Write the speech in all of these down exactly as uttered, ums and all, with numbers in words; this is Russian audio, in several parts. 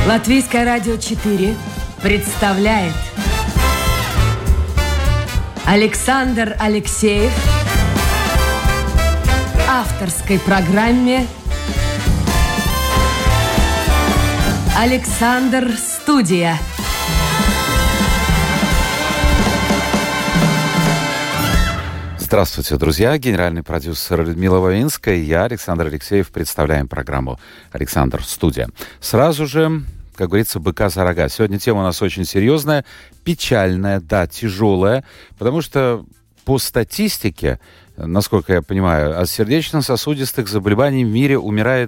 Латвийское радио четыре представляет Александр Алексеев в авторской программе «Александр Студия». Здравствуйте, друзья. Генеральный продюсер Людмила Вавинская и я, Александр Алексеев, представляем программу «Александр Студия». Сразу же, как говорится, быка за рога. Сегодня тема у нас очень серьезная, печальная, да, тяжелая, потому что по статистике, насколько я понимаю, от сердечно-сосудистых заболеваний в мире умирает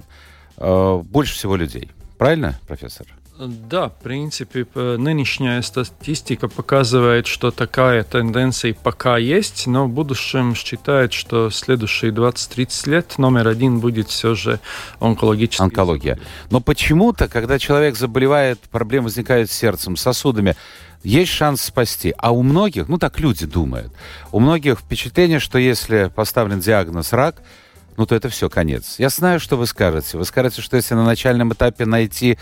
э, больше всего людей. Правильно, профессор? Да, в принципе, нынешняя статистика показывает, что такая тенденция пока есть, но в будущем считает, что в следующие двадцать-тридцать лет номер один будет все же онкологический. Онкология. Но почему-то, когда человек заболевает, проблемы возникают с сердцем, сосудами, есть шанс спасти. А у многих, ну так люди думают, у многих впечатление, что если поставлен диагноз рак, ну, то это все, конец. Я знаю, что вы скажете. Вы скажете, что если на начальном этапе найти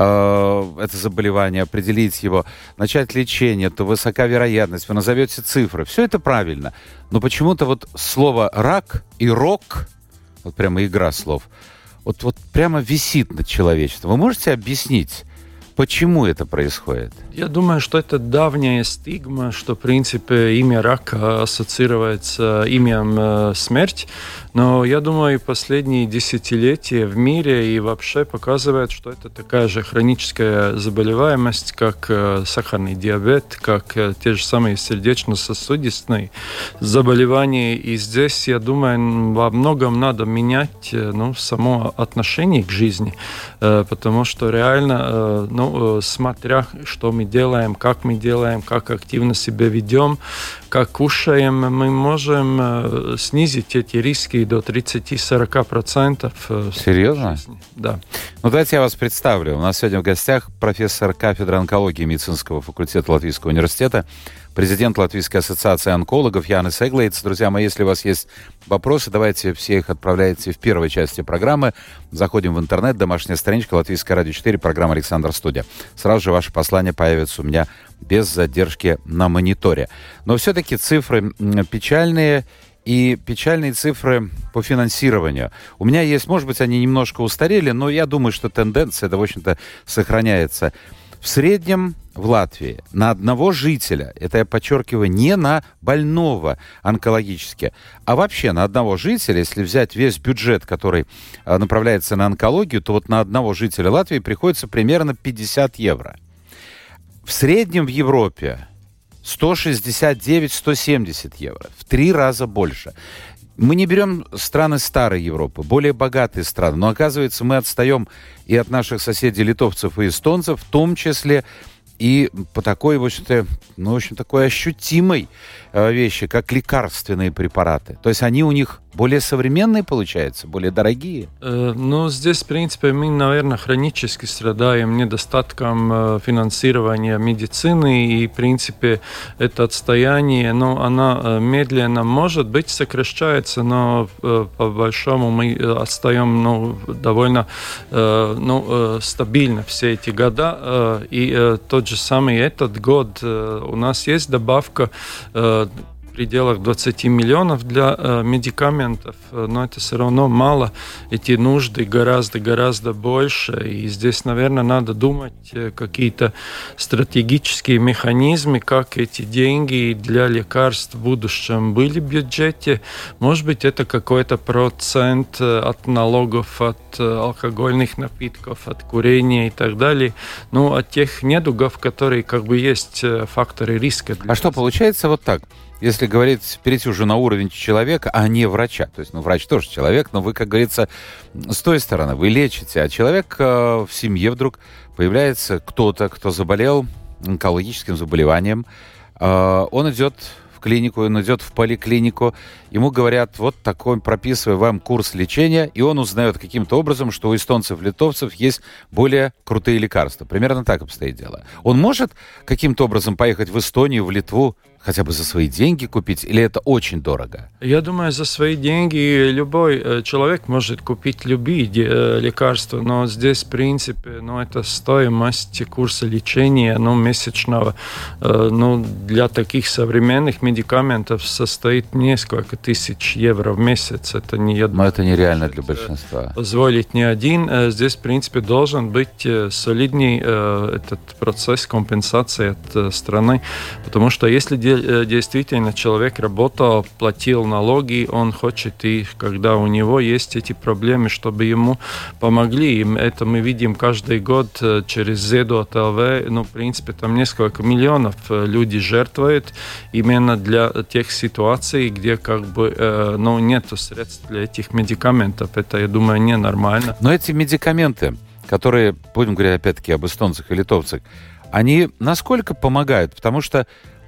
э, это заболевание, определить его, начать лечение, то высока вероятность, вы назовете цифры. Все это правильно. Но почему-то вот слово «рак» и «рок», вот прямо игра слов, вот, вот прямо висит над человечеством. Вы можете объяснить, почему это происходит? Я думаю, что это давняя стигма, что, в принципе, имя рак ассоциируется с именем смерть. Но я думаю, последние десятилетия в мире и вообще показывают, что это такая же хроническая заболеваемость, как сахарный диабет, как те же самые сердечно-сосудистые заболевания. И здесь, я думаю, во многом надо менять ну, само отношение к жизни, потому что реально, ну, смотря что мы делаем, как мы делаем, как активно себя ведем, как кушаем, мы можем снизить эти риски до тридцать-сорок процентов. Серьезно? Да. Ну, давайте я вас представлю. У нас сегодня в гостях профессор кафедры онкологии медицинского факультета Латвийского университета, президент Латвийской ассоциации онкологов Янис Эглейтс. Друзья мои, если у вас есть вопросы, давайте все их отправляйте в первой части программы. Заходим в интернет, домашняя страничка Латвийское радио четыре, программа «Александр Студия». Сразу же ваши послания появятся у меня без задержки на мониторе. Но все-таки цифры печальные, и печальные цифры по финансированию. У меня есть, может быть, они немножко устарели, но я думаю, что тенденция, это, в общем-то, сохраняется. В среднем в Латвии на одного жителя, это я подчеркиваю, не на больного онкологически, а вообще на одного жителя, если взять весь бюджет, который а, направляется на онкологию, то вот на одного жителя Латвии приходится примерно пятьдесят евро. В среднем в Европе сто шестьдесят девять - сто семьдесят евро. В три раза больше. Мы не берем страны старой Европы, более богатые страны, но оказывается мы отстаем и от наших соседей литовцев и эстонцев, в том числе и по такой, в общем-то, ну, в общем, такой ощутимой э, вещи, как лекарственные препараты. То есть они у них более современные, получается, более дорогие? Э, ну, здесь, в принципе, мы, наверное, хронически страдаем недостатком э, финансирования медицины, и, в принципе, это отстояние, ну, оно э, медленно, может быть, сокращается, но э, по-большому мы отстаем, ну, довольно э, ну, э, стабильно все эти года, э, и э, тот же самый этот год э, у нас есть добавка э, в пределах двадцать миллионов для э, медикаментов, но это все равно мало. Эти нужды гораздо-гораздо больше. И здесь, наверное, надо думать э, какие-то стратегические механизмы, как эти деньги для лекарств в будущем были в бюджете. Может быть, это какой-то процент от налогов, от э, алкогольных напитков, от курения и так далее. Ну, от тех недугов, которые как бы есть факторы риска. А что, получается вот так? Если говорить, перейти уже на уровень человека, а не врача. То есть, ну, врач тоже человек, но вы, как говорится, с той стороны, вы лечите, а человек э, в семье вдруг появляется кто-то, кто заболел онкологическим заболеванием, э, он идет в клинику, он идет в поликлинику, ему говорят, вот такой, прописывай вам курс лечения, и он узнает каким-то образом, что у эстонцев, литовцев есть более крутые лекарства. Примерно так обстоит дело. Он может каким-то образом поехать в Эстонию, в Литву, хотя бы за свои деньги купить, или это очень дорого? Я думаю, за свои деньги любой человек может купить любые лекарства, но здесь, в принципе, ну, это стоимость курса лечения, ну, месячного, ну, для таких современных медикаментов состоит несколько тысяч евро в месяц. Это не, но это нереально для большинства. Позволить не один. Здесь, в принципе, должен быть солидный этот процесс компенсации от страны, потому что если действительно человек работал, платил налоги, он хочет, и когда у него есть эти проблемы, чтобы ему помогли. И это мы видим каждый год через Зедот точка эл ви. Ну, в принципе, там несколько миллионов людей жертвуют именно для тех ситуаций, где как бы ну, нет средств для этих медикаментов. Это, я думаю, ненормально. Но эти медикаменты, которые, будем говорить опять-таки об эстонцах и литовцах, они насколько помогают? Потому что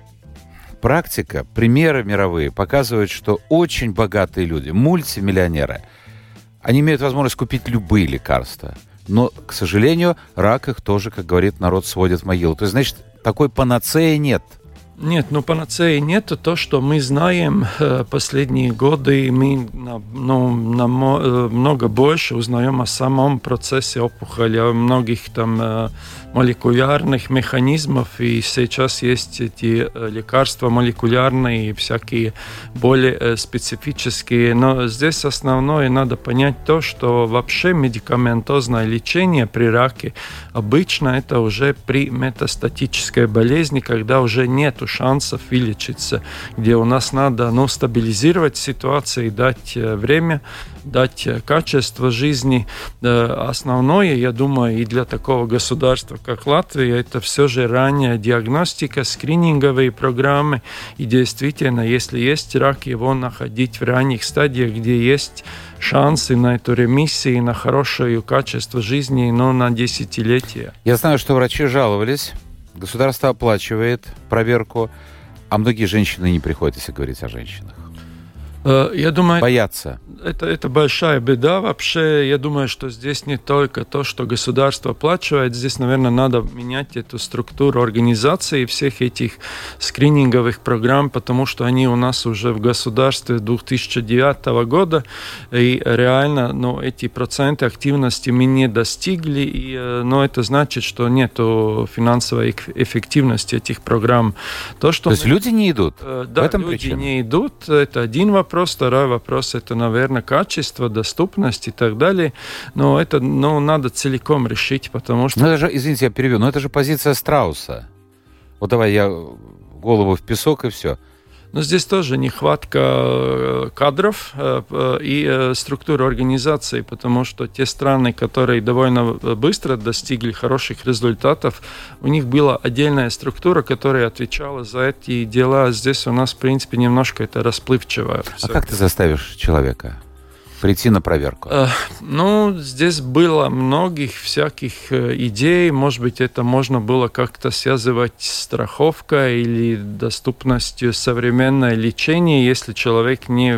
практика, примеры мировые показывают, что очень богатые люди, мультимиллионеры, они имеют возможность купить любые лекарства. Но, к сожалению, рак их тоже, как говорит народ, сводит в могилу. То есть, значит, такой панацеи нет. Нет, ну панацеи нет. То, что мы знаем последние годы, мы ну, намного больше узнаем о самом процессе опухоли, о многих там молекулярных механизмов, и сейчас есть эти лекарства молекулярные и всякие более специфические. Но здесь основное надо понять то, что вообще медикаментозное лечение при раке обычно это уже при метастатической болезни, когда уже нет шансов вылечиться, где у нас надо ну, стабилизировать ситуацию, дать время, дать качество жизни. Основное, я думаю, и для такого государства, как Латвия, это все же ранняя диагностика, скрининговые программы. И действительно, если есть рак, его находить в ранних стадиях, где есть шансы на эту ремиссию, на хорошее качество жизни, но на десятилетия. Я знаю, что врачи жаловались. Государство оплачивает проверку, а многие женщины не приходят, если говорить о женщинах. Я думаю, боятся. Это, это большая беда. Вообще, я думаю, что здесь не только то, что государство оплачивает. Здесь, наверное, надо менять эту структуру организации всех этих скрининговых программ, потому что они у нас уже в государстве две тысячи девятого года. И реально ну, эти проценты активности мы не достигли. И, но это значит, что нет финансовой эффективности этих программ. То, что то есть мы... люди не идут? Да, в этом люди причина? не идут. Это один вопрос. Второй вопрос – это, наверное, качество, доступность и так далее. Но это ну, надо целиком решить, потому что... Ну, это же, извините, я перебью, но это же позиция Страуса. Вот давай я голову в песок и все. Но здесь тоже нехватка кадров и структуры организации, потому что те страны, которые довольно быстро достигли хороших результатов, у них была отдельная структура, которая отвечала за эти дела. Здесь у нас, в принципе, немножко это расплывчиво. А как ты заставишь человека прийти на проверку? Ну, здесь было многих всяких идей. Может быть, это можно было как-то связывать с страховкой или доступностью современного лечения, если человек не,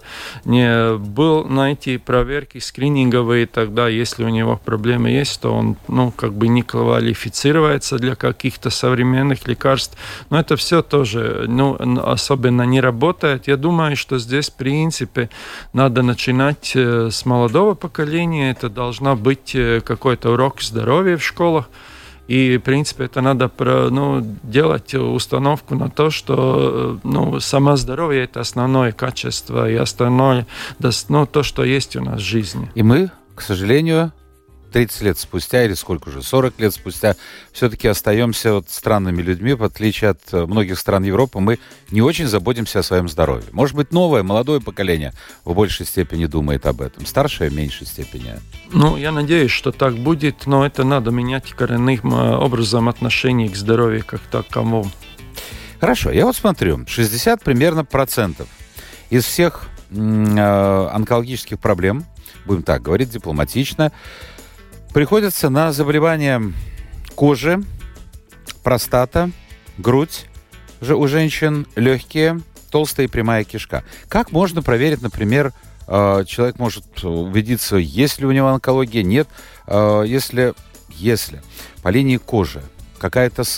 не был на эти проверки скрининговые, тогда, если у него проблемы есть, то он, ну, как бы не квалифицируется для каких-то современных лекарств. Но это все тоже, ну, особенно не работает. Я думаю, что здесь, в принципе, надо начинать с молодого поколения. Это должна быть какой-то урок здоровья в школах. И, в принципе, это надо ну, делать установку на то, что ну, само здоровье – это основное качество и основное ну, то, что есть у нас в жизни. И мы, к сожалению, тридцать лет спустя, или сколько уже, сорок лет спустя, все-таки остаемся вот странными людьми, в отличие от многих стран Европы. Мы не очень заботимся о своем здоровье. Может быть, новое, молодое поколение в большей степени думает об этом, старшее в меньшей степени. Ну, я надеюсь, что так будет, но это надо менять коренным образом отношений к здоровью как таковому. Хорошо, я вот смотрю, шестьдесят примерно процентов из всех э, онкологических проблем, будем так говорить дипломатично, приходится на заболевания кожи, простата, грудь у женщин, легкие, толстая и прямая кишка. Как можно проверить, например, человек может убедиться, есть ли у него онкология, нет, если, если по линии кожи какая-то сыпь,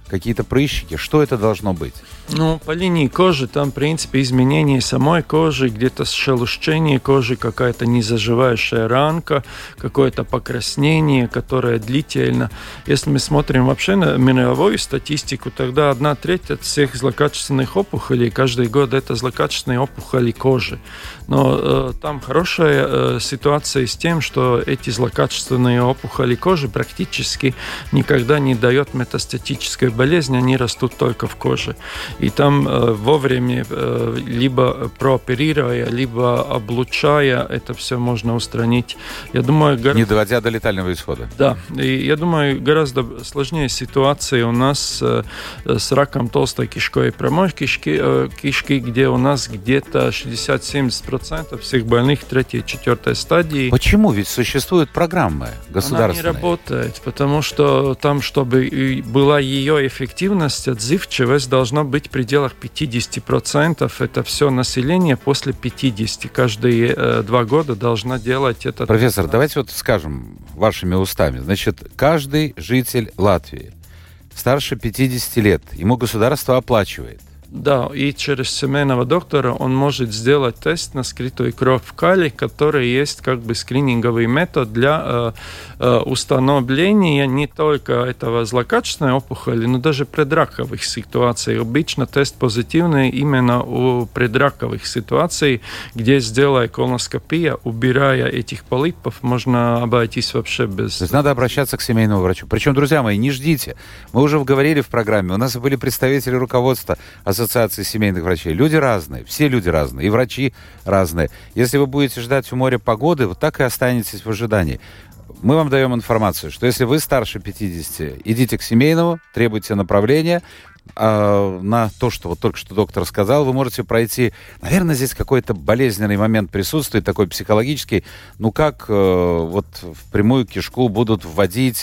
какие-то прыщики? Что это должно быть? Ну, по линии кожи там, в принципе, изменение самой кожи, где-то шелушение кожи, какая-то незаживающая ранка, какое-то покраснение, которое длительно. Если мы смотрим вообще на мировую статистику, тогда одна треть от всех злокачественных опухолей каждый год это злокачественные опухоли кожи. Но э, там хорошая э, ситуация с тем, что эти злокачественные опухоли кожи практически никогда не дают метастатической болезни, они растут только в коже. И там э, вовремя, э, либо прооперируя, либо облучая, это все можно устранить. Я думаю, гора... Не доводя до летального исхода. Да, и я думаю, гораздо сложнее ситуация у нас э, с раком толстой кишкой и прямой кишки, э, кишки, где у нас где-то шестьдесят-семьдесят процентов всех больных третьей и четвертой стадии. Почему? Ведь существуют программы государственные. Она не работает, потому что там, чтобы была ее эффективность, отзывчивость должна быть в пределах пятьдесят процентов. Это все население после пятидесяти. Каждые э, два года должна делать это. Профессор, давайте вот скажем вашими устами. Значит, каждый житель Латвии старше пятидесяти лет, ему государство оплачивает. Да, и через семейного доктора он может сделать тест на скрытую кровь в кале, который есть как бы скрининговый метод для э, э, установления не только этого злокачественной опухоли, но даже предраковых ситуаций. Обычно тест позитивный именно у предраковых ситуаций, где, сделая колоноскопия, убирая этих полипов, можно обойтись вообще без... То есть надо обращаться к семейному врачу. Причем, друзья мои, не ждите. Мы уже говорили в программе, у нас были представители руководства Ассоциации семейных врачей. Люди разные, все люди разные, и врачи разные. Если вы будете ждать у моря погоды, вот так и останетесь в ожидании. Мы вам даем информацию, что если вы старше пятидесяти, идите к семейному, требуйте направления. А на то, что вот только что доктор сказал, вы можете пройти... Наверное, здесь какой-то болезненный момент присутствует, такой психологический. Ну как э, вот в прямую кишку будут вводить...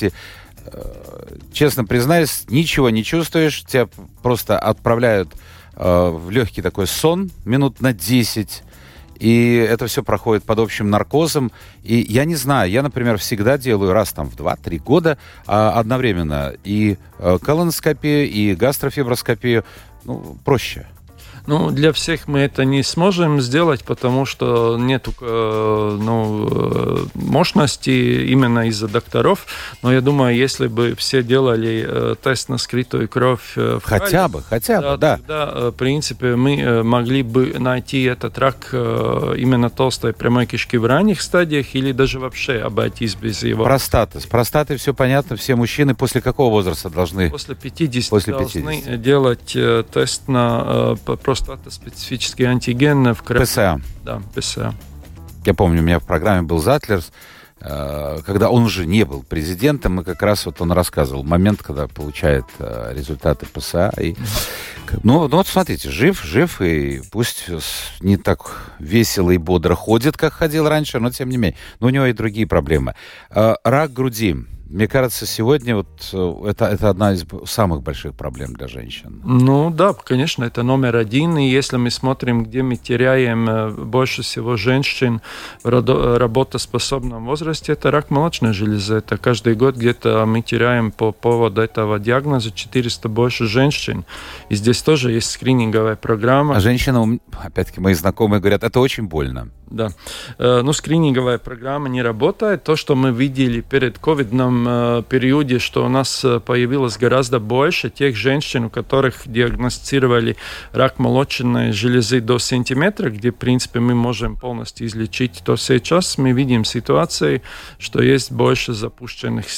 Честно признаюсь, ничего не чувствуешь, тебя просто отправляют э, в легкий такой сон минут на десять, и это все проходит под общим наркозом. И я не знаю, я, например, всегда делаю раз там в два-три года э, одновременно и э, колоноскопию, и гастрофиброскопию. Ну, проще. Ну, для всех мы это не сможем сделать, потому что нет э, ну, мощности именно из-за докторов. Но я думаю, если бы все делали э, тест на скрытую кровь э, в Хотя кале, бы, хотя да, бы, да. Тогда, э, в принципе, мы э, могли бы найти этот рак э, именно толстой прямой кишки в ранних стадиях или даже вообще обойтись без его. Простата. С простатой все понятно. Все мужчины после какого возраста должны? После пятидесяти После должны пятидесяти. делать э, тест на э, простатоспецифический антиген в крови. ПСА. Да, ПСА. Я помню, у меня в программе был Затлерс, э, когда он уже не был президентом, и как раз вот он рассказывал момент, когда получает э, результаты ПСА. И, ну, ну вот смотрите, жив, жив, и пусть не так весело и бодро ходит, как ходил раньше, но тем не менее. Но у него и другие проблемы. Э, рак груди. Мне кажется, сегодня вот это, это одна из самых больших проблем для женщин. Ну да, конечно, это номер один. И если мы смотрим, где мы теряем больше всего женщин в работоспособном возрасте, это рак молочной железы. Это каждый год где-то мы теряем по поводу этого диагноза четыреста больше женщин. И здесь тоже есть скрининговая программа. А женщинам, опять-таки, мои знакомые говорят, это очень больно. Да. Ну, скрининговая программа не работает. То, что мы видели перед ковидным периоде, что у нас появилось гораздо больше тех женщин, у которых диагностировали рак молочной железы до сантиметра, где, в принципе, мы можем полностью излечить, то сейчас мы видим ситуации, что есть больше запущенных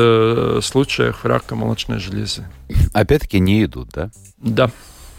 случаев рака молочной железы. Опять-таки не идут, да? Да.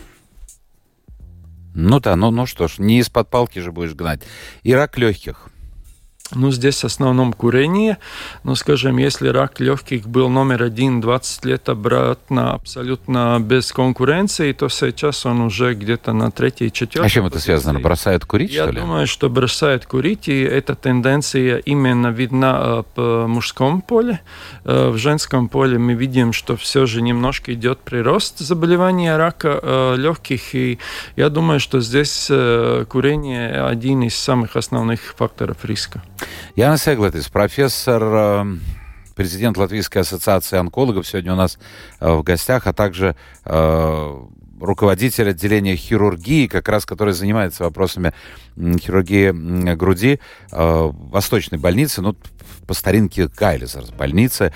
Ну да, ну, ну что ж, не из-под палки же будешь гнать. И рак легких. Ну, здесь в основном курение. Но, скажем, если рак легких был номер один двадцать лет обратно абсолютно без конкуренции, то сейчас он уже где-то на третьей, четвертой. А с чем это связано? Бросают курить, Я что ли? Я думаю, что бросают курить, и эта тенденция именно видна в мужском поле. В женском поле мы видим, что все же немножко идет прирост заболевания рака легких, и я думаю, что здесь курение один из самых основных факторов риска. Jānis Eglītis, профессор э, президент Латвийской ассоциации онкологов сегодня у нас э, в гостях, а также э, руководитель отделения хирургии, как раз который занимается вопросами хирургии груди э, Восточной больницы, ну, по старинке Кайлизерс больницы.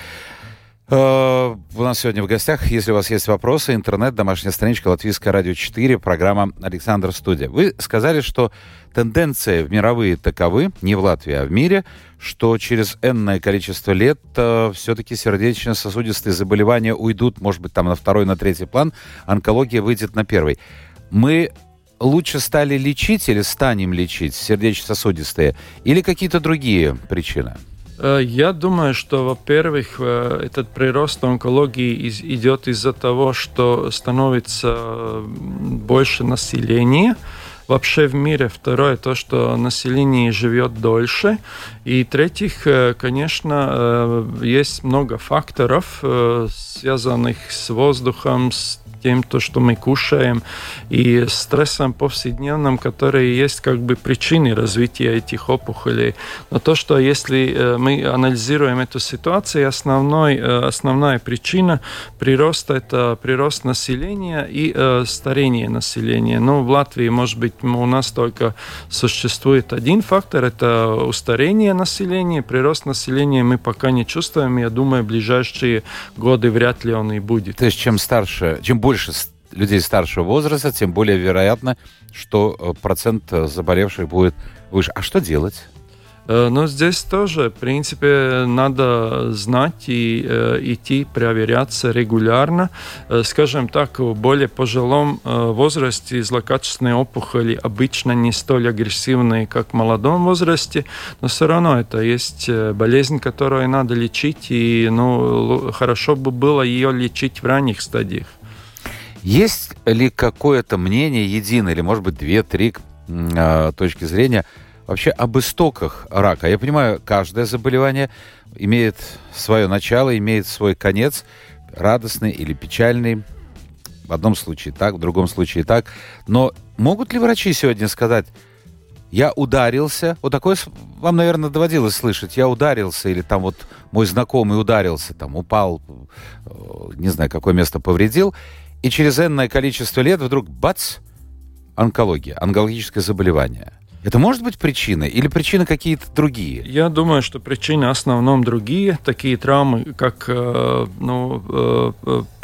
Uh, у нас сегодня в гостях, если у вас есть вопросы, интернет, домашняя страничка Латвийское радио четыре, программа «Александр Студия». Вы сказали, что тенденции мировые таковы, не в Латвии, а в мире, что через энное количество лет uh, все-таки сердечно-сосудистые заболевания уйдут, может быть, там на второй, на третий план, онкология выйдет на первый. Мы лучше стали лечить или станем лечить сердечно-сосудистые, или какие-то другие причины? Я думаю, что, во-первых, этот прирост онкологии идет из-за того, что становится больше населения. Вообще в мире. Второе, то, что население живет дольше. И третьих, конечно, есть много факторов, связанных с воздухом, с тем, то, что мы кушаем, и стрессом повседневным, которые есть как бы причины развития этих опухолей. Но то, что если мы анализируем эту ситуацию, основной, основная причина прироста – это прирост населения и э, старение населения. Ну, в Латвии, может быть, у нас только существует один фактор – это устарение населения. Прирост населения мы пока не чувствуем. Я думаю, в ближайшие годы вряд ли он и будет. То есть, чем старше, чем больше больше людей старшего возраста, тем более вероятно, что процент заболевших будет выше. А что делать? Но здесь тоже, в принципе, надо знать и э, идти проверяться регулярно. Э, скажем так, в более пожилом э, возрасте злокачественные опухоли обычно не столь агрессивные, как в молодом возрасте, но все равно это есть болезнь, которую надо лечить, и ну, хорошо бы было ее лечить в ранних стадиях. Есть ли какое-то мнение единое, или, может быть, две-три э, точки зрения вообще об истоках рака? Я понимаю, каждое заболевание имеет свое начало, имеет свой конец, радостный или печальный. В одном случае так, в другом случае так. Но могут ли врачи сегодня сказать: я ударился, вот такое вам, наверное, доводилось слышать, я ударился, или там вот мой знакомый ударился, там упал, не знаю, какое место повредил, и через энное количество лет вдруг бац, онкология, онкологическое заболевание. Это может быть причиной или причины какие-то другие? Я думаю, что причины в основном другие. Такие травмы, как ну,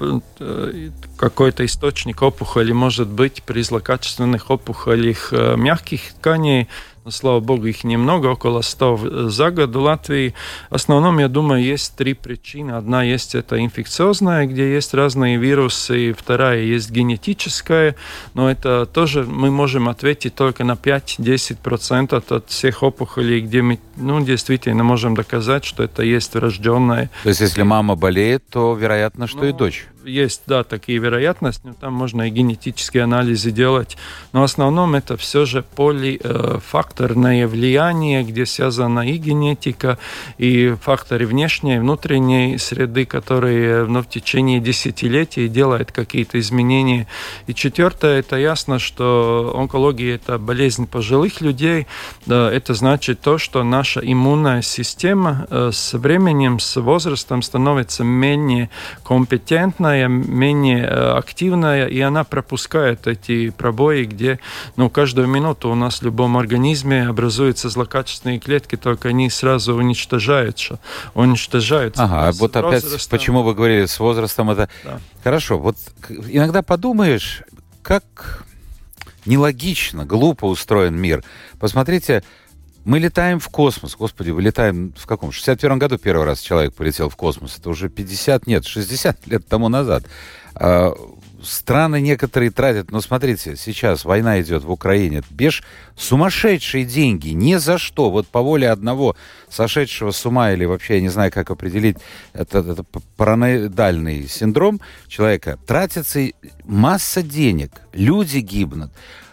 какой-то источник опухоли может быть при злокачественных опухолях мягких тканей. Но, слава богу, их немного, около ста за год в Латвии. В основном, я думаю, есть три причины. Одна есть это инфекциозная, где есть разные вирусы, и вторая есть генетическая, но это тоже мы можем ответить только на пять-десять процентов от всех опухолей, где мы ну, действительно можем доказать, что это есть врожденное. То есть, если мама болеет, то вероятно, что ну, и дочь. Есть, да, такие вероятности, но там можно и генетические анализы делать. Но в основном это все же полифакторное влияние, где связана и генетика, и факторы внешней и внутренней среды, которые ну, в течение десятилетий делают какие-то изменения. И четвертое, это ясно, что онкология – это болезнь пожилых людей. Да, это значит то, что наша иммунная система с временем, с возрастом становится менее компетентной, менее активная, и она пропускает эти пробои, где ну, каждую минуту у нас в любом организме образуются злокачественные клетки, только они сразу уничтожаются. уничтожаются. Ага, вот опять, возрастом. Почему вы говорили, с возрастом это... Да. Хорошо, вот иногда подумаешь, как нелогично, глупо устроен мир. Посмотрите, мы летаем в космос. Господи, вы летаем в каком? В шестьдесят первом году первый раз человек полетел в космос. Это уже пятьдесят, нет, шестьдесят лет тому назад. А, страны некоторые тратят, но смотрите, сейчас война идет в Украине. Бежь, сумасшедшие деньги, ни за что. Вот по воле одного сошедшего с ума, или вообще, я не знаю, как определить, это, это параноидальный синдром человека, тратится масса денег, люди гибнут.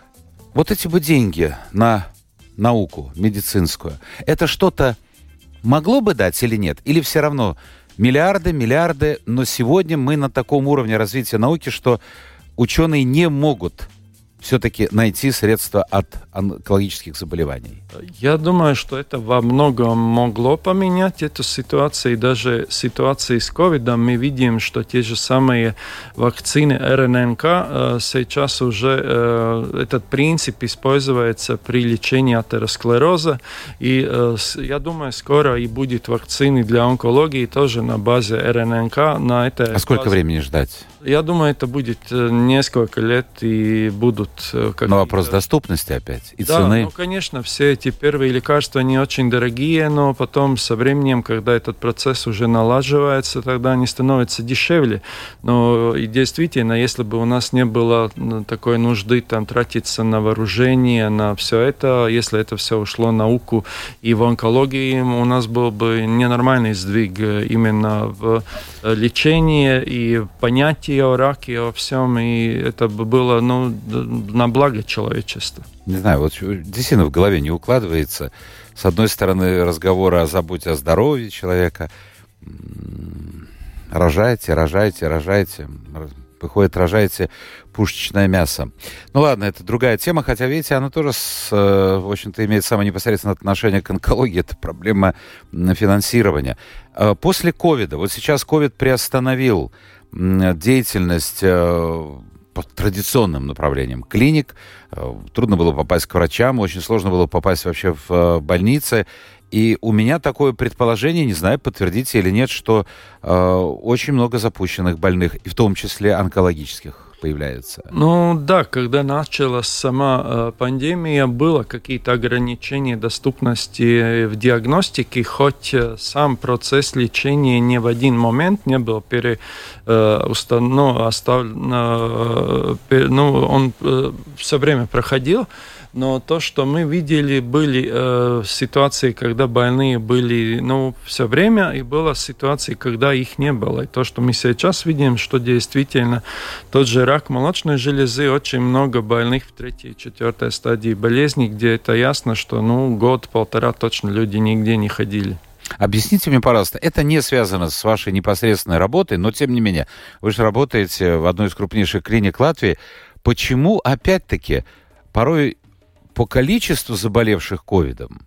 Вот эти бы деньги на науку медицинскую, это что-то могло бы дать или нет? Или все равно миллиарды, миллиарды, но сегодня мы на таком уровне развития науки, что ученые не могут все-таки найти средства от онкологических заболеваний? Я думаю, что это во многом могло поменять эту ситуацию. И даже ситуации с ковидом мы видим, что те же самые вакцины эр эн эн ка сейчас уже этот принцип используется при лечении атеросклероза. И я думаю, скоро и будет вакцины для онкологии тоже на базе эр эн эн ка. На этой а сколько базе... времени ждать? Я думаю, это будет несколько лет и будут... Но вопрос доступности опять и да, цены. Ну, конечно, все эти первые лекарства, они очень дорогие, но потом со временем, когда этот процесс уже налаживается, тогда они становятся дешевле. Но и действительно, если бы у нас не было такой нужды там тратиться на вооружение, на все это, если это все ушло в науку и в онкологии, у нас был бы ненормальный сдвиг именно в лечении и понятии о раке, о всем, и это бы было, ну, на благо человечества. Не знаю, вот действительно в голове не укладывается. С одной стороны, разговоры о заботе о здоровье человека. Рожайте, рожайте, рожайте. Выходит, рожайте пушечное мясо. Ну ладно, это другая тема, хотя, видите, она тоже, с, в общем-то, имеет самое непосредственное отношение к онкологии. Это проблема финансирования. После ковида, вот сейчас ковид приостановил деятельность по традиционным направлениям клиник. Трудно было попасть к врачам, очень сложно было попасть вообще в больницы. И у меня такое предположение, не знаю, подтвердите или нет, что э, очень много запущенных больных, и в том числе онкологических, появляется. Ну да, когда началась сама э, пандемия, было какие-то ограничения доступности в диагностике, хоть э, сам процесс лечения не в один момент не был пере, э, устан, ну, остав, э, пер, ну, он э, все время проходил. Но то, что мы видели, были э, ситуации, когда больные были, ну, все время, и была ситуации, когда их не было. И то, что мы сейчас видим, что действительно тот же рак молочной железы, очень много больных в третьей и четвертой стадии болезни, где это ясно, что, ну, год-полтора точно люди нигде не ходили. Объясните мне, пожалуйста, это не связано с вашей непосредственной работой, но, тем не менее, вы же работаете в одной из крупнейших клиник Латвии. Почему, опять-таки, порой по количеству заболевших ковидом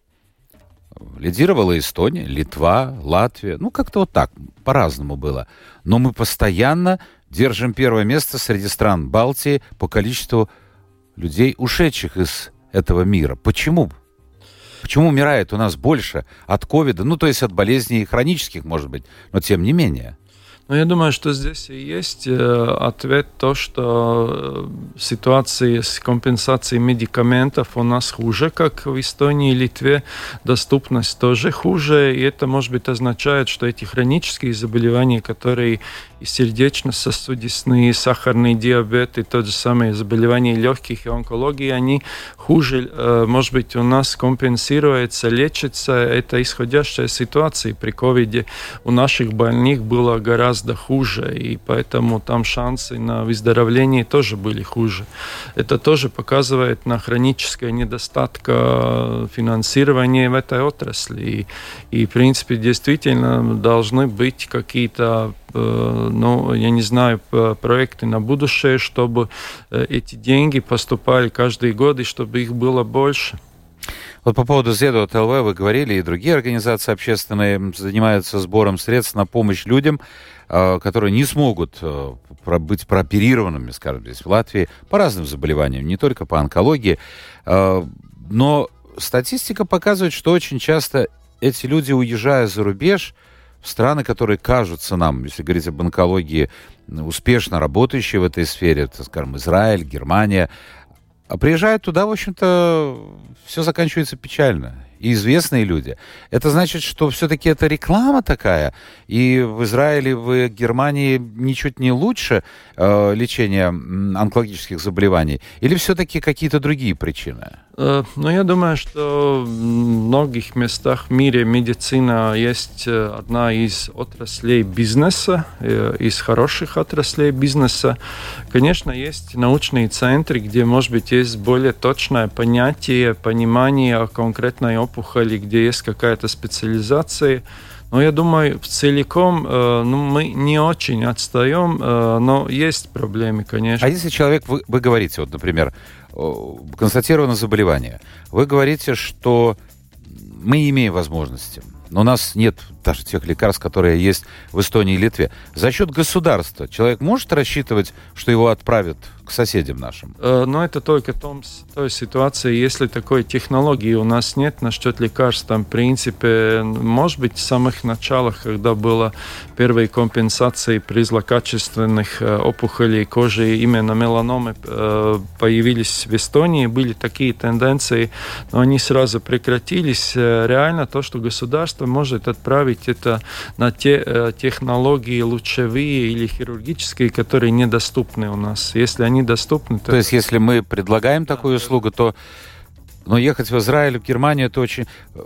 лидировала Эстония, Литва, Латвия. Ну, как-то вот так, по-разному было. Но мы постоянно держим первое место среди стран Балтии по количеству людей, ушедших из этого мира. Почему? Почему умирает у нас больше от ковида? Ну, то есть от болезней хронических, может быть, но тем не менее. Ну, я думаю, что здесь и есть э, ответ то, что э, ситуация с компенсацией медикаментов у нас хуже, как в Эстонии и Литве. Доступность тоже хуже, и это, может быть, означает, что эти хронические заболевания, которые и сердечно-сосудистые, и сахарный диабет, и то же самое заболевания легких и онкологии, они хуже, э, может быть, у нас компенсируется, лечится. Это исходящая ситуация. При ковиде у наших больных было гораздо хуже, и поэтому там шансы на выздоровление тоже были хуже. Это тоже показывает на хроническое недостаток финансирования в этой отрасли. И, и в принципе, действительно должны быть какие-то, ну, я не знаю, проекты на будущее, чтобы эти деньги поступали каждый год, и чтобы их было больше. Вот по поводу Зедот точка эл ви вы говорили, и другие организации общественные занимаются сбором средств на помощь людям, которые не смогут быть прооперированными, скажем, здесь в Латвии, по разным заболеваниям, не только по онкологии. Но статистика показывает, что очень часто эти люди, уезжая за рубеж, в страны, которые кажутся нам, если говорить об онкологии, успешно работающие в этой сфере, это, скажем, Израиль, Германия, а приезжают туда, в общем-то, все заканчивается печально. И известные люди. Это значит, что все-таки это реклама такая, и в Израиле, в Германии ничуть не лучше э, лечение онкологических заболеваний? Или все-таки какие-то другие причины? Э, ну, я думаю, что в многих местах в мире медицина есть одна из отраслей бизнеса, э, из хороших отраслей бизнеса. Конечно, есть научные центры, где, может быть, есть более точное понятие, понимание о конкретной опухоли, опухоли, где есть какая-то специализация. Но я думаю, в целиком э, ну, мы не очень отстаем, э, но есть проблемы, конечно. А если человек, вы, вы говорите, вот, например, констатировано заболевание. Вы говорите, что мы имеем возможности, но у нас нет даже тех лекарств, которые есть в Эстонии и Литве. За счет государства человек может рассчитывать, что его отправят к соседям нашим? Но это только в том, той ситуации, если такой технологии у нас нет насчет лекарств. Там, в принципе, может быть, в самых началах, когда было первые компенсации при злокачественных опухолей кожи, именно меланомы появились в Эстонии, были такие тенденции, но они сразу прекратились. Реально то, что государство может отправить это на те технологии лучевые или хирургические, которые недоступны у нас. Если они доступны, то... То есть, если мы предлагаем такую услугу, то но ехать в Израиль, в Германию, это очень...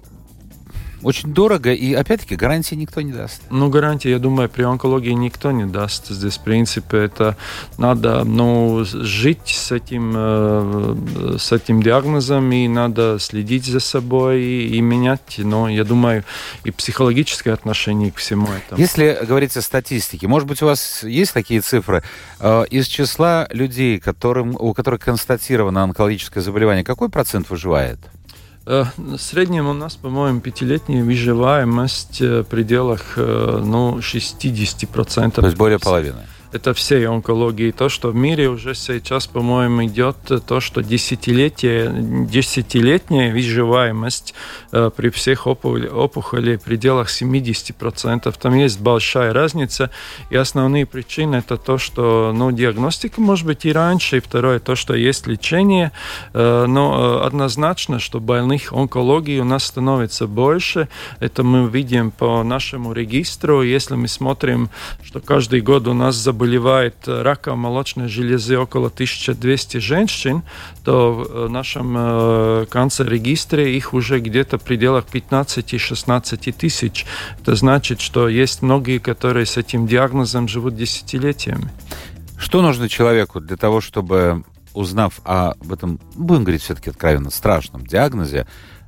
Очень дорого, и, опять-таки, гарантии никто не даст. Ну, гарантии, я думаю, при онкологии никто не даст. Здесь, в принципе, это надо, ну, жить с этим, э, с этим диагнозом, и надо следить за собой и, и менять, но, я думаю, и психологическое отношение к всему этому. Если говорить о статистике, может быть, у вас есть такие цифры? Э, из числа людей, которым, у которых констатировано онкологическое заболевание, какой процент выживает? В среднем у нас, по-моему, пятилетняя выживаемость в пределах ну, шестьдесят процентов. То есть более половины. Это всей онкологии. То, что в мире уже сейчас, по-моему, идет то, что десятилетие, десятилетняя выживаемость э, при всех опухолях в пределах семьдесят процентов. Там есть большая разница. И основные причины это то, что ну, диагностика может быть и раньше. И второе, то, что есть лечение. Э, но однозначно, что больных онкологии у нас становится больше. Это мы видим по нашему регистру. Если мы смотрим, что каждый год у нас заболевает заболевает раком молочной железы около тысяча двести женщин, то в нашем канцер-регистре их уже где-то в пределах пятнадцать-шестнадцать тысяч. Это значит, что есть многие, которые с этим диагнозом живут десятилетиями. Что нужно человеку для того, чтобы, узнав о этом, будем говорить все-таки откровенно, страшном диагнозе,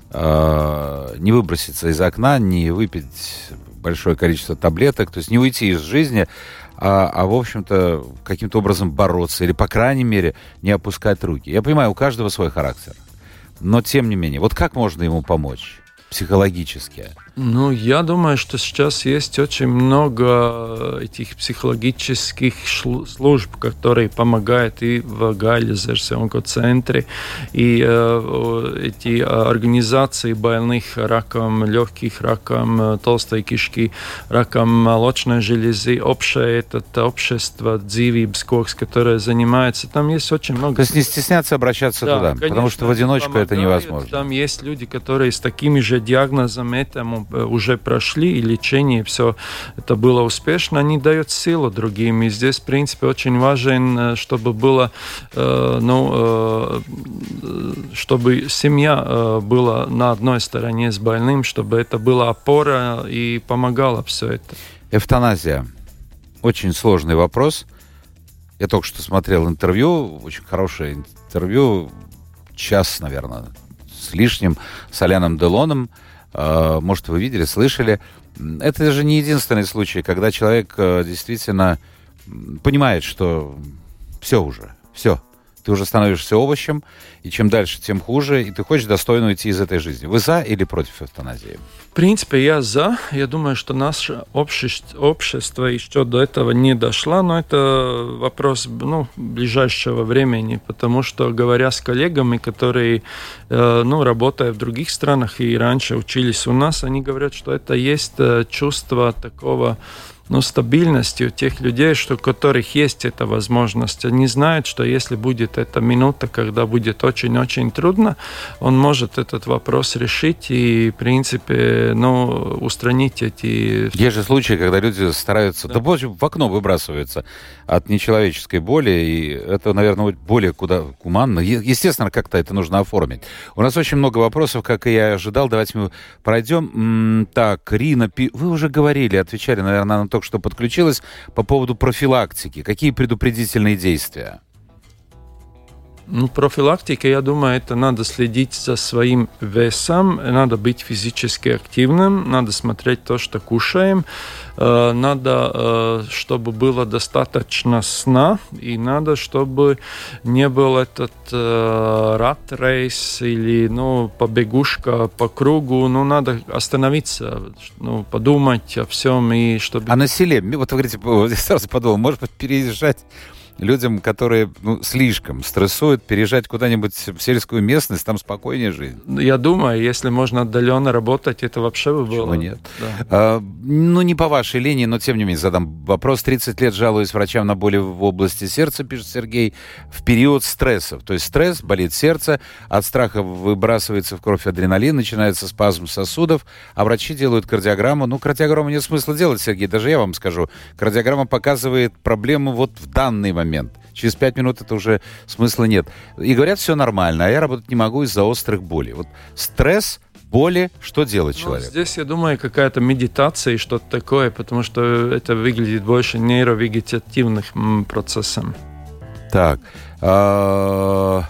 не выброситься из окна, не выпить большое количество таблеток, то есть не уйти из жизни, а, а, в общем-то, каким-то образом бороться или, по крайней мере, не опускать руки. Я понимаю, у каждого свой характер, но, тем не менее, вот как можно ему помочь психологически? Ну, я думаю, что сейчас есть очень много этих психологических служб, которые помогают и в Гайлизерсе онкоцентре, и э, эти организации больных раком легких, раком толстой кишки, раком молочной железы, общее это общество «Dzīvības koks», которое занимается, там есть очень много... То есть не стесняться обращаться да, туда, конечно, потому что в одиночку помогает, это невозможно. Там есть люди, которые с такими же диагнозами этому уже прошли, и лечение, все это было успешно, они дают силу другим. И здесь, в принципе, очень важно, чтобы было, э, ну, э, чтобы семья э, была на одной стороне с больным, чтобы это была опора и помогало все это. Эвтаназия. Очень сложный вопрос. Я только что смотрел интервью, очень хорошее интервью, час, наверное, с лишним, с Аляном Делоном. Может, вы видели, слышали. Это же не единственный случай, когда человек действительно понимает, что все уже, все. Ты уже становишься овощем, и чем дальше, тем хуже, и ты хочешь достойно уйти из этой жизни. Вы за или против эвтаназии? В принципе, я за. Я думаю, что наше общество, общество еще до этого не дошло, но это вопрос ну, ближайшего времени, потому что, говоря с коллегами, которые э, ну, работая в других странах и раньше учились у нас, они говорят, что это есть чувство такого... но стабильности у тех людей, что, у которых есть эта возможность. Они знают, что если будет эта минута, когда будет очень-очень трудно, он может этот вопрос решить и, в принципе, ну, устранить эти... Есть же случаи, когда люди стараются, да, да в окно выбрасываются от нечеловеческой боли, и это, наверное, более куда гуманно. Естественно, как-то это нужно оформить. У нас очень много вопросов, как и я ожидал. Давайте мы пройдем. Так, Рина, вы уже говорили, отвечали, наверное, на только что подключилась по поводу профилактики. Какие предупредительные действия? Ну, профилактика, я думаю, это надо следить за своим весом, надо быть физически активным, надо смотреть то, что кушаем, надо, чтобы было достаточно сна, и надо, чтобы не был этот рат-рейс или ну, побегушка по кругу, ну, надо остановиться, ну, подумать о всем и чтобы... А на селе, вот вы говорите, я сразу подумал, может быть, переезжать людям, которые ну, слишком стрессуют, переезжать куда-нибудь в сельскую местность, там спокойнее жить? Я думаю, если можно отдаленно работать, это вообще бы было. Почему нет? Да. А, ну, не по вашей линии, но тем не менее задам вопрос. тридцать лет жалуюсь врачам на боли в области сердца, пишет Сергей, в период стрессов. То есть стресс, болит сердце, от страха выбрасывается в кровь адреналин, начинается спазм сосудов, а врачи делают кардиограмму. Ну, кардиограмму нет смысла делать, Сергей, даже я вам скажу. Кардиограмма показывает проблему вот в данный момент. момент. Через пять минут это уже смысла нет. И говорят, все нормально, а я работать не могу из-за острых болей. Вот стресс, боли, что делать человек? Ну, здесь, я думаю, какая-то медитация и что-то такое, потому что это выглядит больше нейровегетативным процессом. Так. А...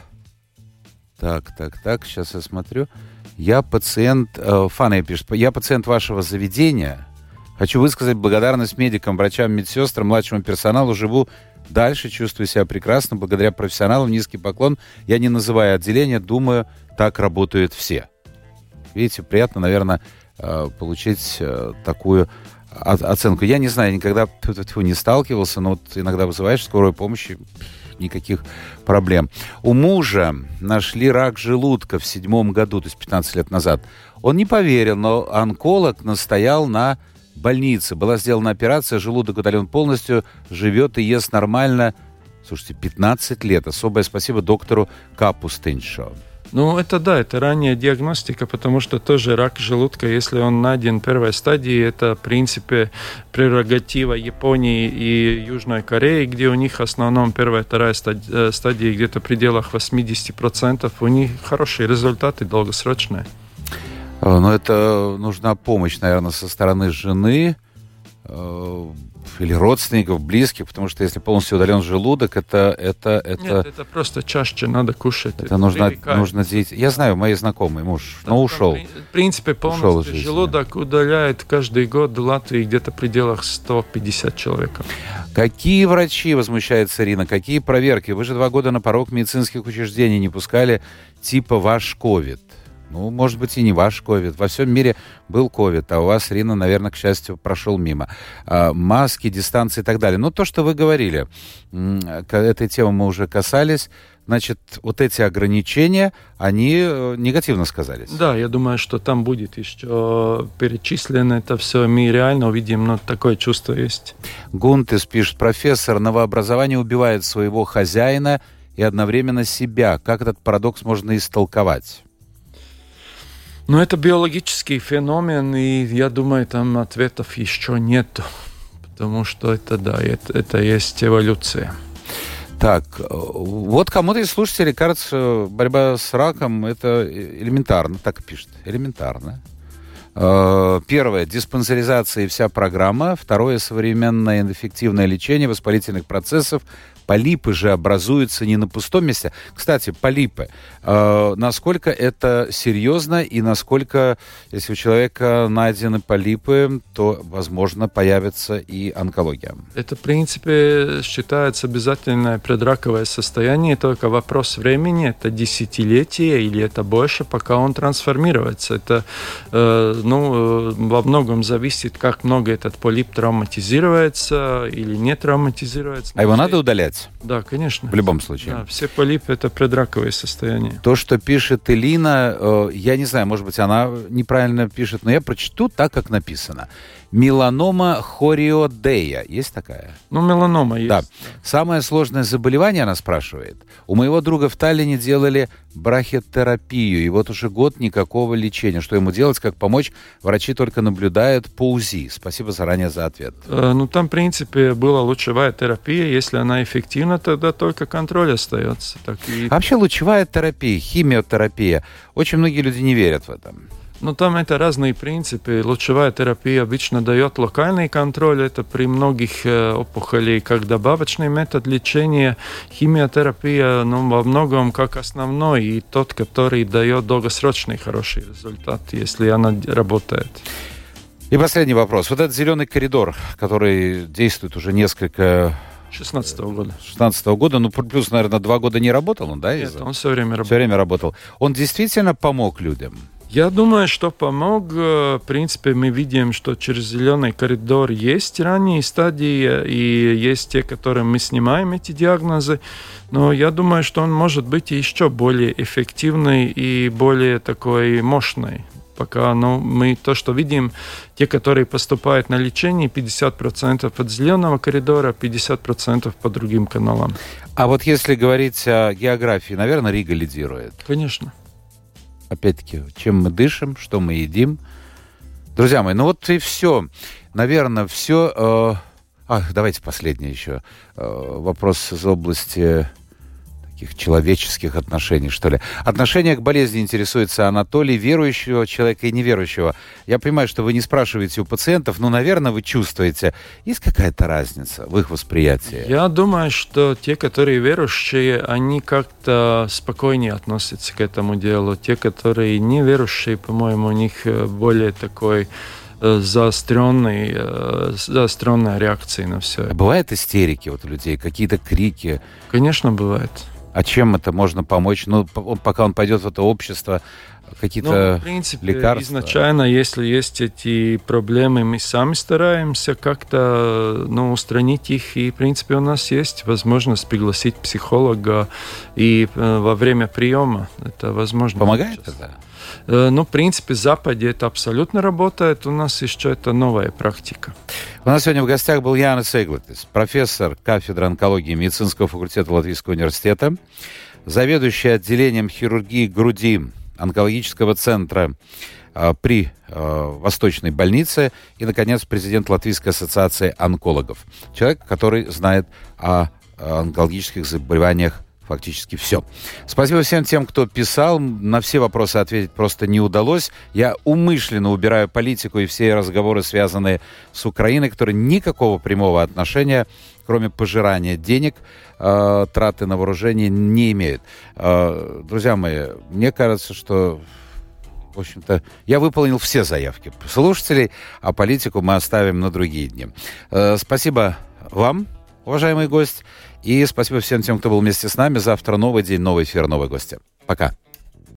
Так, так, так, сейчас я смотрю. Я пациент, э, Фана пишет, я пациент вашего заведения. Хочу высказать благодарность медикам, врачам, медсестрам, младшему персоналу. Живу дальше, чувствую себя прекрасно. Благодаря профессионалам, низкий поклон. Я не называю отделение, думаю, так работают все. Видите, приятно, наверное, получить такую оценку. Я не знаю, никогда тьфу-тьфу не сталкивался, но вот иногда вызываешь скорую помощь, никаких проблем. У мужа нашли рак желудка в седьмом году, то есть пятнадцать лет назад. Он не поверил, но онколог настоял на больнице. Была сделана операция, желудок удален полностью, живет и ест нормально. Слушайте, пятнадцать лет. Особое спасибо доктору Капустиншо. Ну, это да, это ранняя диагностика, потому что тоже рак желудка, если он найден в первой стадии, это, в принципе, прерогатива Японии и Южной Кореи, где у них в основном первая, вторая стадия где-то в пределах восемьдесят процентов. У них хорошие результаты, долгосрочные. Но это нужна помощь, наверное, со стороны жены э, или родственников, близких, потому что если полностью удален желудок, это... это, это... Нет, это просто чаще надо кушать. Это, это нужно, нужно делать. Я знаю, мои знакомые, муж, да, но ушел. В принципе, полностью желудок удаляет каждый год в Латвии где-то в пределах сто пятьдесят человек. Какие врачи, возмущается Ирина, какие проверки? Вы же два года на порог медицинских учреждений не пускали типа ваш ковид. Ну, может быть, и не ваш ковид. Во всем мире был ковид, а у вас, Ирина, наверное, к счастью, прошел мимо. А, маски, дистанции и так далее. Ну, то, что вы говорили, к этой теме мы уже касались. Значит, вот эти ограничения, они негативно сказались. Да, я думаю, что там будет еще перечислено это все. Мы реально увидим, но такое чувство есть. Гунтес пишет, профессор, новообразование убивает своего хозяина и одновременно себя. Как этот парадокс можно истолковать? Ну, это биологический феномен, и я думаю, там ответов еще нет, потому что это, да, это, это есть эволюция. Так, вот кому-то из слушателей кажется, борьба с раком – это элементарно, так и пишет, элементарно. Первое – диспансеризация и вся программа. Второе – современное эффективное лечение воспалительных процессов. Полипы же образуются не на пустом месте. Кстати, полипы. Э, насколько это серьезно и насколько, если у человека найдены полипы, то, возможно, появится и онкология? Это, в принципе, считается обязательное предраковое состояние. Только вопрос времени, это десятилетие или это больше, пока он трансформируется. Это э, ну, во многом зависит, как много этот полип травматизируется или не травматизируется. А его надо удалять? Да, конечно. В любом случае. Да, все полипы – это предраковые состояния. То, что пишет Элина, э, я не знаю, может быть, она неправильно пишет, но я прочту так, как написано. Меланома хориодея. Есть такая? Ну, меланома есть. Да. Самое сложное заболевание, она спрашивает. У моего друга в Таллине делали брахитерапию, и вот уже год никакого лечения. Что ему делать, как помочь? Врачи только наблюдают по УЗИ. Спасибо заранее за ответ. Э, ну, там, в принципе, была лучевая терапия. Если она эффективна, тогда только контроль остается. Так и... Вообще лучевая терапия, химиотерапия. Очень многие люди не верят в это. Ну, там это разные принципы. Лучевая терапия обычно дает локальный контроль. Это при многих э, опухолях как добавочный метод лечения. Химиотерапия, ну, во многом как основной и тот, который дает долгосрочный хороший результат, если она работает. И последний вопрос. Вот этот зеленый коридор, который действует уже несколько... шестнадцатого года. шестнадцатого года, ну, плюс, наверное, два года не работал он, да? Нет, из-за... он все время работал. Все время работал. Он действительно помог людям? Я думаю, что помог. В принципе, мы видим, что через зеленый коридор есть ранние стадии, и есть те, которые мы снимаем эти диагнозы. Но я думаю, что он может быть еще более эффективный и более такой мощный. Пока ну, мы то, что видим, те, которые поступают на лечение, пятьдесят процентов от зеленого коридора, пятьдесят процентов по другим каналам. А вот если говорить о географии, наверное, Рига лидирует. Конечно. Опять-таки, чем мы дышим, что мы едим. Друзья мои, ну вот и все. Наверное, все. Э... Ах, давайте последний еще э, вопрос из области таких человеческих отношений, что ли. Отношение к болезни интересуется Анатолий, верующего человека и неверующего. Я понимаю, что вы не спрашиваете у пациентов, но, наверное, вы чувствуете, есть какая-то разница в их восприятии? Я думаю, что те, которые верующие, они как-то спокойнее относятся к этому делу. Те, которые неверующие, по-моему, у них более такой заостренный, заостренная реакция на все. А бывают истерики вот у людей, какие-то крики? Конечно, бывает. А чем это можно помочь? Ну, пока он пойдет в это общество, какие-то ну, в принципе, лекарства? Изначально, если есть эти проблемы, мы сами стараемся как-то ну, устранить их. И, в принципе, у нас есть возможность пригласить психолога и э, во время приема. Это возможно. Помогает сейчас. это? Э, ну, в принципе, в Западе это абсолютно работает. У нас еще это новая практика. У нас сегодня в гостях был Jānis Eglatis, профессор кафедры онкологии медицинского факультета Латвийского университета, заведующий отделением хирургии груди онкологического центра э, при э, Восточной больнице и, наконец, президент Латвийской ассоциации онкологов. Человек, который знает о, о онкологических заболеваниях фактически все. Спасибо всем тем, кто писал. На все вопросы ответить просто не удалось. Я умышленно убираю политику и все разговоры, связанные с Украиной, которые никакого прямого отношения, кроме пожирания денег, э, траты на вооружение, не имеют. Э, друзья мои, мне кажется, что, в общем-то, я выполнил все заявки слушателей, а политику мы оставим на другие дни. Э, спасибо вам, уважаемый гость. И спасибо всем тем, кто был вместе с нами. Завтра новый день, новый эфир, новые гости. Пока.